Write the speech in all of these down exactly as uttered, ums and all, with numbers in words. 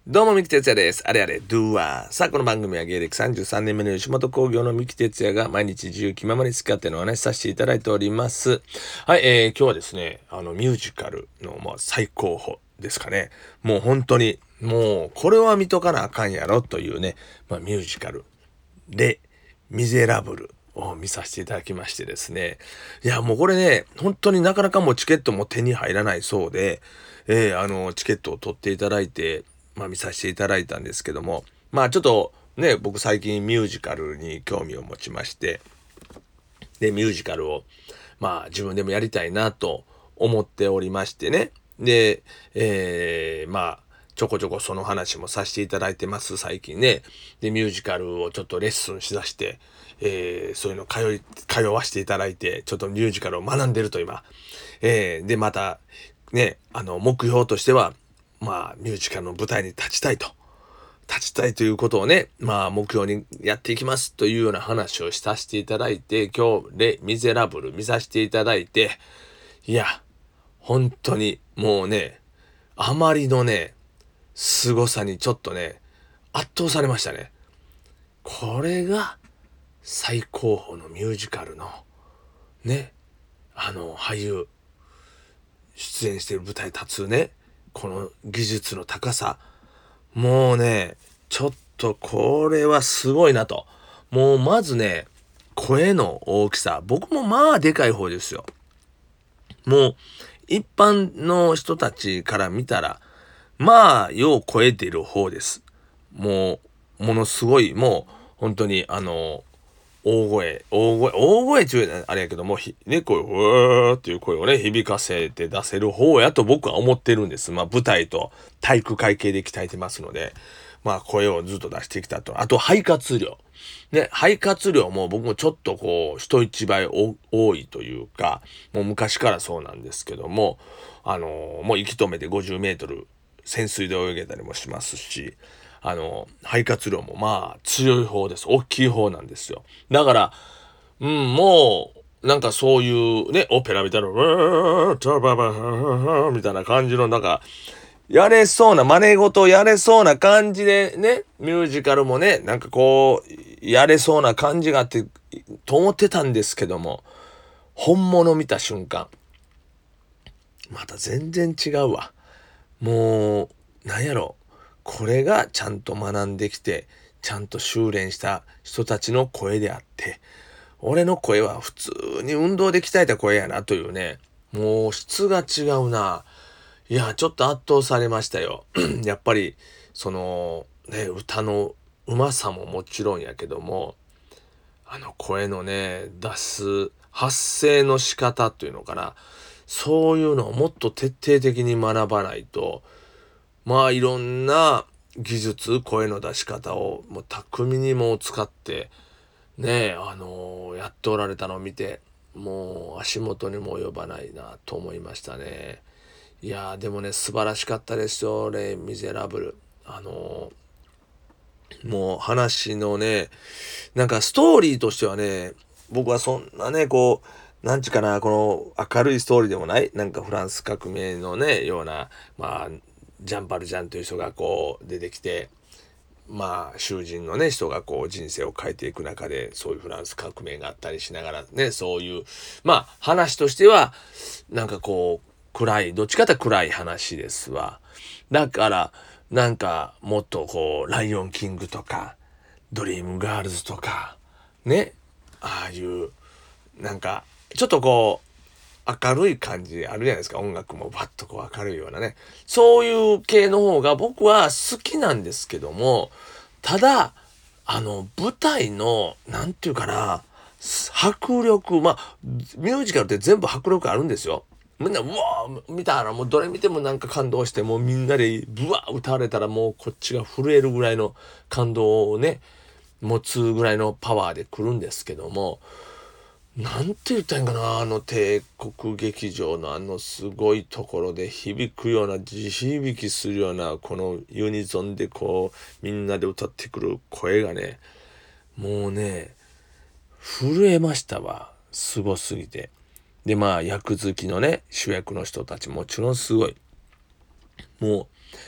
どうも、三木哲也です。あれあれ、ドゥワー。さあ、この番組は芸歴さんじゅうさんねんめの吉本興業の三木哲也が毎日自由気ままに好き勝手のお話しさせていただいております。はい、えー、今日はですね、あの、ミュージカルの、まあ、最高峰ですかね。もう本当に、もう、これは見とかなあかんやろというね、まあ、ミュージカルで、ミゼラブルを見させていただきましてですね。いや、もうこれね、本当になかなかもうチケットも手に入らないそうで、えー、あの、チケットを取っていただいて、まあ見させていただいたんですけども、まあちょっとね、僕最近ミュージカルに興味を持ちまして、で、ミュージカルを、まあ自分でもやりたいなと思っておりましてね。で、えー、まあ、ちょこちょこその話もさせていただいてます、最近ね。で、ミュージカルをちょっとレッスンしだして、えー、そういうの通い、通わせていただいて、ちょっとミュージカルを学んでると今。えー、で、また、ね、あの、目標としては、まあ、ミュージカルの舞台に立ちたいと。立ちたいということをね、まあ、目標にやっていきますというような話をさせていただいて、今日、レ・ミゼラブル見させていただいて、いや、本当にもうね、あまりのね、凄さにちょっとね、圧倒されましたね。これが最高峰のミュージカルの、ね、あの、俳優、出演している舞台立つね、この技術の高さ。もうね、ちょっとこれはすごいなと。もうまずね、声の大きさ。僕もまあでかい方ですよ。もう一般の人たちから見たら、まあよう超えている方です。もう、ものすごい、もう本当にあの、大声、大声、大声中いうあれやけども、ひね、こう、うわーっていう声をね、響かせて出せる方やと僕は思ってるんです。まあ舞台と体育会系で鍛えてますので、まあ声をずっと出してきたと。あと肺活量。ね、肺活量も僕もちょっとこう、人一倍多いというか、もう昔からそうなんですけども、あのー、もう息止めてごじゅうメートル潜水で泳げたりもしますし、あの、肺活量もまあ強い方です。大きい方なんですよ。だから、うん、もう、なんかそういうね、オペラみたいな、うータババーみたいな感じの、なんか、やれそうな、真似事やれそうな感じでね、ミュージカルもね、なんかこう、やれそうな感じがあって、と思ってたんですけども、本物見た瞬間、また全然違うわ。もう、なんやろ。これがちゃんと学んできて、ちゃんと修練した人たちの声であって、俺の声は普通に運動で鍛えた声やなというね、もう質が違うな。いや、ちょっと圧倒されましたよ。やっぱり、その、ね、歌のうまさももちろんやけども、あの声のね、出す発声の仕方というのかな。そういうのをもっと徹底的に学ばないと、まあいろんな技術、声の出し方をもう巧みにも使って、ねえ、あのーやっておられたのを見て、もう足元にも及ばないなと思いましたね。いやーでもね、素晴らしかったですよ、レイ・ミゼラブル。あのーもう話のね、なんかストーリーとしてはね、僕はそんなね、こう、なんちゅうかな、この明るいストーリーでもない、なんかフランス革命のね、ような、まあ、ジャンパルジャンという人がこう出てきて、まあ囚人のね人がこう人生を変えていく中でそういうフランス革命があったりしながらね、そういうまあ話としてはなんかこう暗い、どっちかというと暗い話ですわ。だからなんかもっとこうライオンキングとかドリームガールズとかね、ああいうなんかちょっとこう明るい感じあるじゃないですか。音楽もバッとこう明るいようなね。そういう系の方が僕は好きなんですけども、ただ、あの、舞台の、なんていうかな、迫力、まあ、ミュージカルって全部迫力あるんですよ。みんな、うわー見たらもうどれ見てもなんか感動して、もうみんなでブワー歌われたらもうこっちが震えるぐらいの感動をね、持つぐらいのパワーで来るんですけども、なんて言ったらいいんかな、あの帝国劇場のあのすごいところで響くような、地響きするような、このユニゾンでこうみんなで歌ってくる声がね、もうね震えましたわ、すごすぎて。でまあ役好きのね主役の人たちもちろんすごい、もう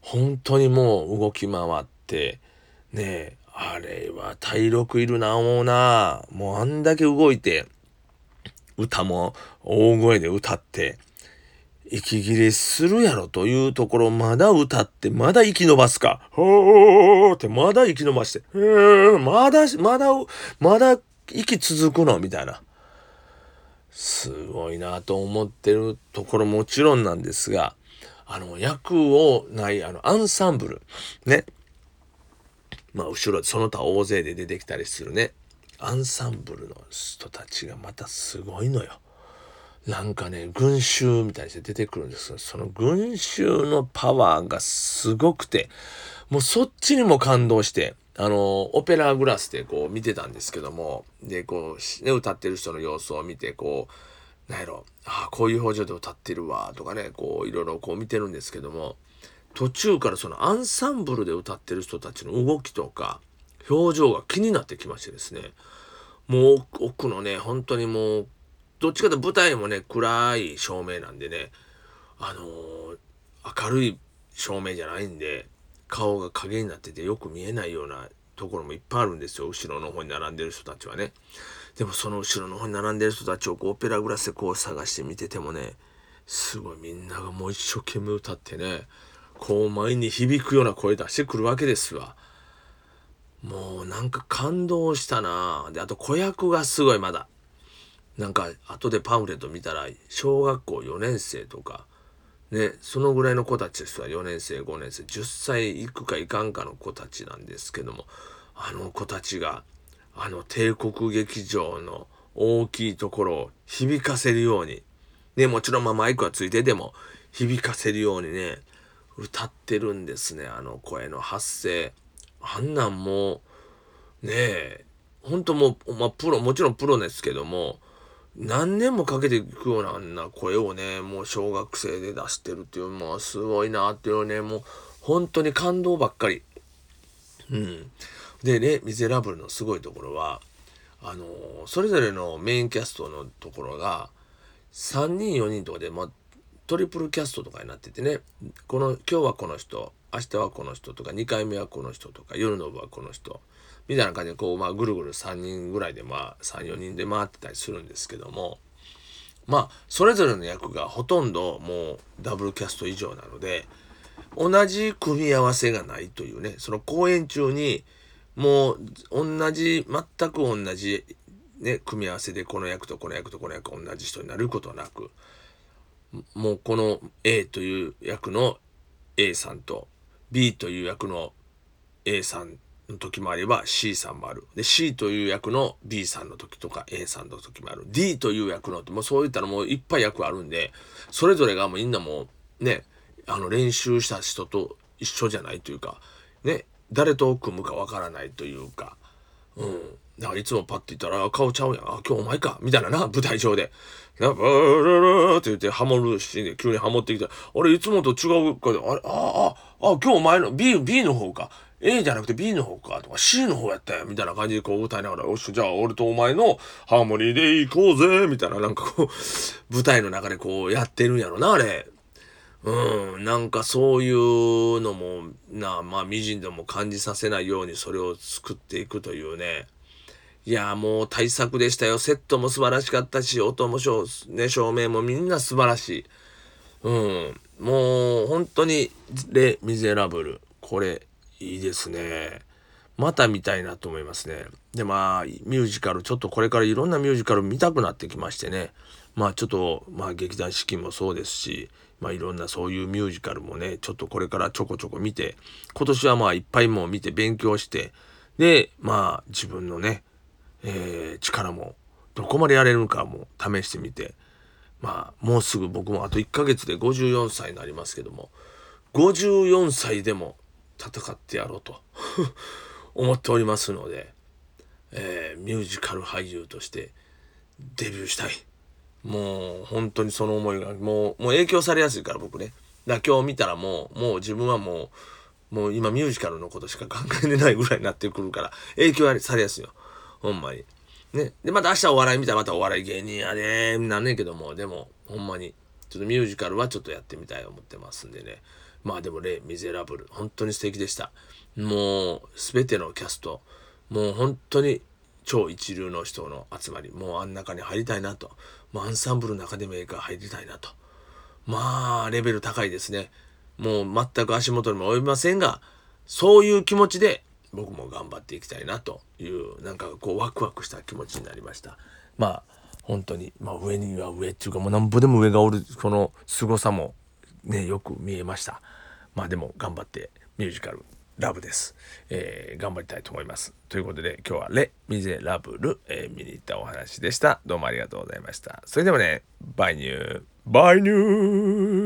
本当にもう動き回ってねえ、あれは体力いるな思うな。もうあんだけ動いて歌も大声で歌って息切れするやろというところ、まだ歌ってまだ息伸ばすか、ほーってまだ息伸ばして、えー、まだまだまだ息続くのみたいな、すごいなと思ってるところもちろんなんですが、あの役をないあのアンサンブルね、まあ後ろでその他大勢で出てきたりするねアンサンブルの人たちがまたすごいのよ。なんかね群衆みたいにして出てくるんですよ。その群衆のパワーがすごくて、もうそっちにも感動して、あのオペラグラスでこう見てたんですけども、でこう、ね、歌ってる人の様子を見て、こうなんやろ、ああこういう表情で歌ってるわとかね、こういろいろこう見てるんですけども、途中からそのアンサンブルで歌ってる人たちの動きとか表情が気になってきましてですね、もう奥のね本当にもうどっちかというと舞台もね暗い照明なんでね、あのー明るい照明じゃないんで顔が影になっててよく見えないようなところもいっぱいあるんですよ、後ろの方に並んでる人たちはね。でもその後ろの方に並んでる人たちをこうオペラグラスでこう探して見ててもね、すごいみんながもう一生懸命歌ってね、こう前に響くような声出してくるわけですわ。もうなんか感動したな。であと子役がすごい、まだなんか後でパンフレット見たら小学校よねん生とかね、そのぐらいの子たちですわ。よねん生ごねん生じゅっさいいくかいかんかの子たちなんですけども、あの子たちがあの帝国劇場の大きいところを響かせるようにね、もちろんまあマイクはついてても響かせるようにね歌ってるんですね。あの声の発声、あんなんもうねえ、ほんともう、まあ、プロもちろんプロですけども、何年もかけていくようなあんな声をねもう小学生で出してるっていうのはすごいなっていうね、もう本当に感動ばっかり。うん。でね、ミゼラブルのすごいところはあのーそれぞれのメインキャストのところがさんにんよにんとかで、まあ、トリプルキャストとかになっててね、この今日はこの人、明日はこの人とか、にかいめはこの人とか、夜の部はこの人みたいな感じでこう、まあ、ぐるぐるさんにんぐらいで、まあ、さんよにんで回ってたりするんですけども、まあそれぞれの役がほとんどもうダブルキャスト以上なので、同じ組み合わせがないというね、その公演中にもう同じ全く同じね組み合わせでこの役とこの役とこの役同じ人になることはなく、もうこの A という役の A さんと B という役の A さんの時もあれば C さんもある。で C という役の B さんの時とか A さんの時もある。D という役のもうそういったらもういっぱい役あるんで、それぞれがもうみんなもうね、あの練習した人と一緒じゃないというかね、誰と組むかわからないというか、うん。だからいつもパッと言ったら、顔ちゃうやん。あ、今日お前か。みたいなな、舞台上で。な、バーララって言ってハモるシーンで急にハモってきて、あれ、いつもと違うかで、あれ、ああ、あ、今日お前の B、B の方か。A じゃなくて B の方か。とか C の方やったよ。みたいな感じでこう歌いながら、よし、じゃあ俺とお前のハーモニーで行こうぜ。みたいな、なんかこう、舞台の中でこうやってるんやろな、あれ。うん、なんかそういうのもな、まあ、みじんでも感じさせないようにそれを作っていくというね。いやもう大作でしたよ。セットも素晴らしかったし、音もしょ、ね、照明もみんな素晴らしい。うん。もう本当にレ・ミゼラブル。これいいですね。また見たいなと思いますね。でまあミュージカルちょっとこれからいろんなミュージカル見たくなってきましてね。まあちょっとまあ劇団四季もそうですし、まあいろんなそういうミュージカルもねちょっとこれからちょこちょこ見て、今年はまあいっぱいもう見て勉強して、でまあ自分のねえー、力もどこまでやれるのかも試してみて、まあもうすぐ僕もあといっかげつでごじゅうよんさいになりますけども、ごじゅうよんさいでも戦ってやろうと思っておりますので、えー、ミュージカル俳優としてデビューしたい。もう本当にその思いがもうもう影響されやすいから僕ね。だから今日見たらもうもう自分はもうもう今ミュージカルのことしか考えてないぐらいになってくるから影響されやすいよ。ほんまに。ね。で、また明日お笑い見たらまたお笑い芸人やでーなんねんけども、でも、ほんまに、ちょっとミュージカルはちょっとやってみたいと思ってますんでね。 まあでもレ・ミゼラブル本当に素敵でした。もう全てのキャスト、もう本当に超一流の人の集まり、もうあん中に入りたいなと、もうアンサンブルの中でもええから入りたいなと、まあレベル高いですね。もう全く足元にも及びませんが、そういう気持ちで僕も頑張っていきたいなという、なんかこうワクワクした気持ちになりました。まあ本当に、まあ、上には上っていうか、もうなんぼでも上がおるこの凄さもねよく見えました。まあでも頑張ってミュージカルラブです、えー、頑張りたいと思います。ということで今日はレ・ミゼラブル、えー、見に行ったお話でした。どうもありがとうございました。それではね、バイニューバイニュー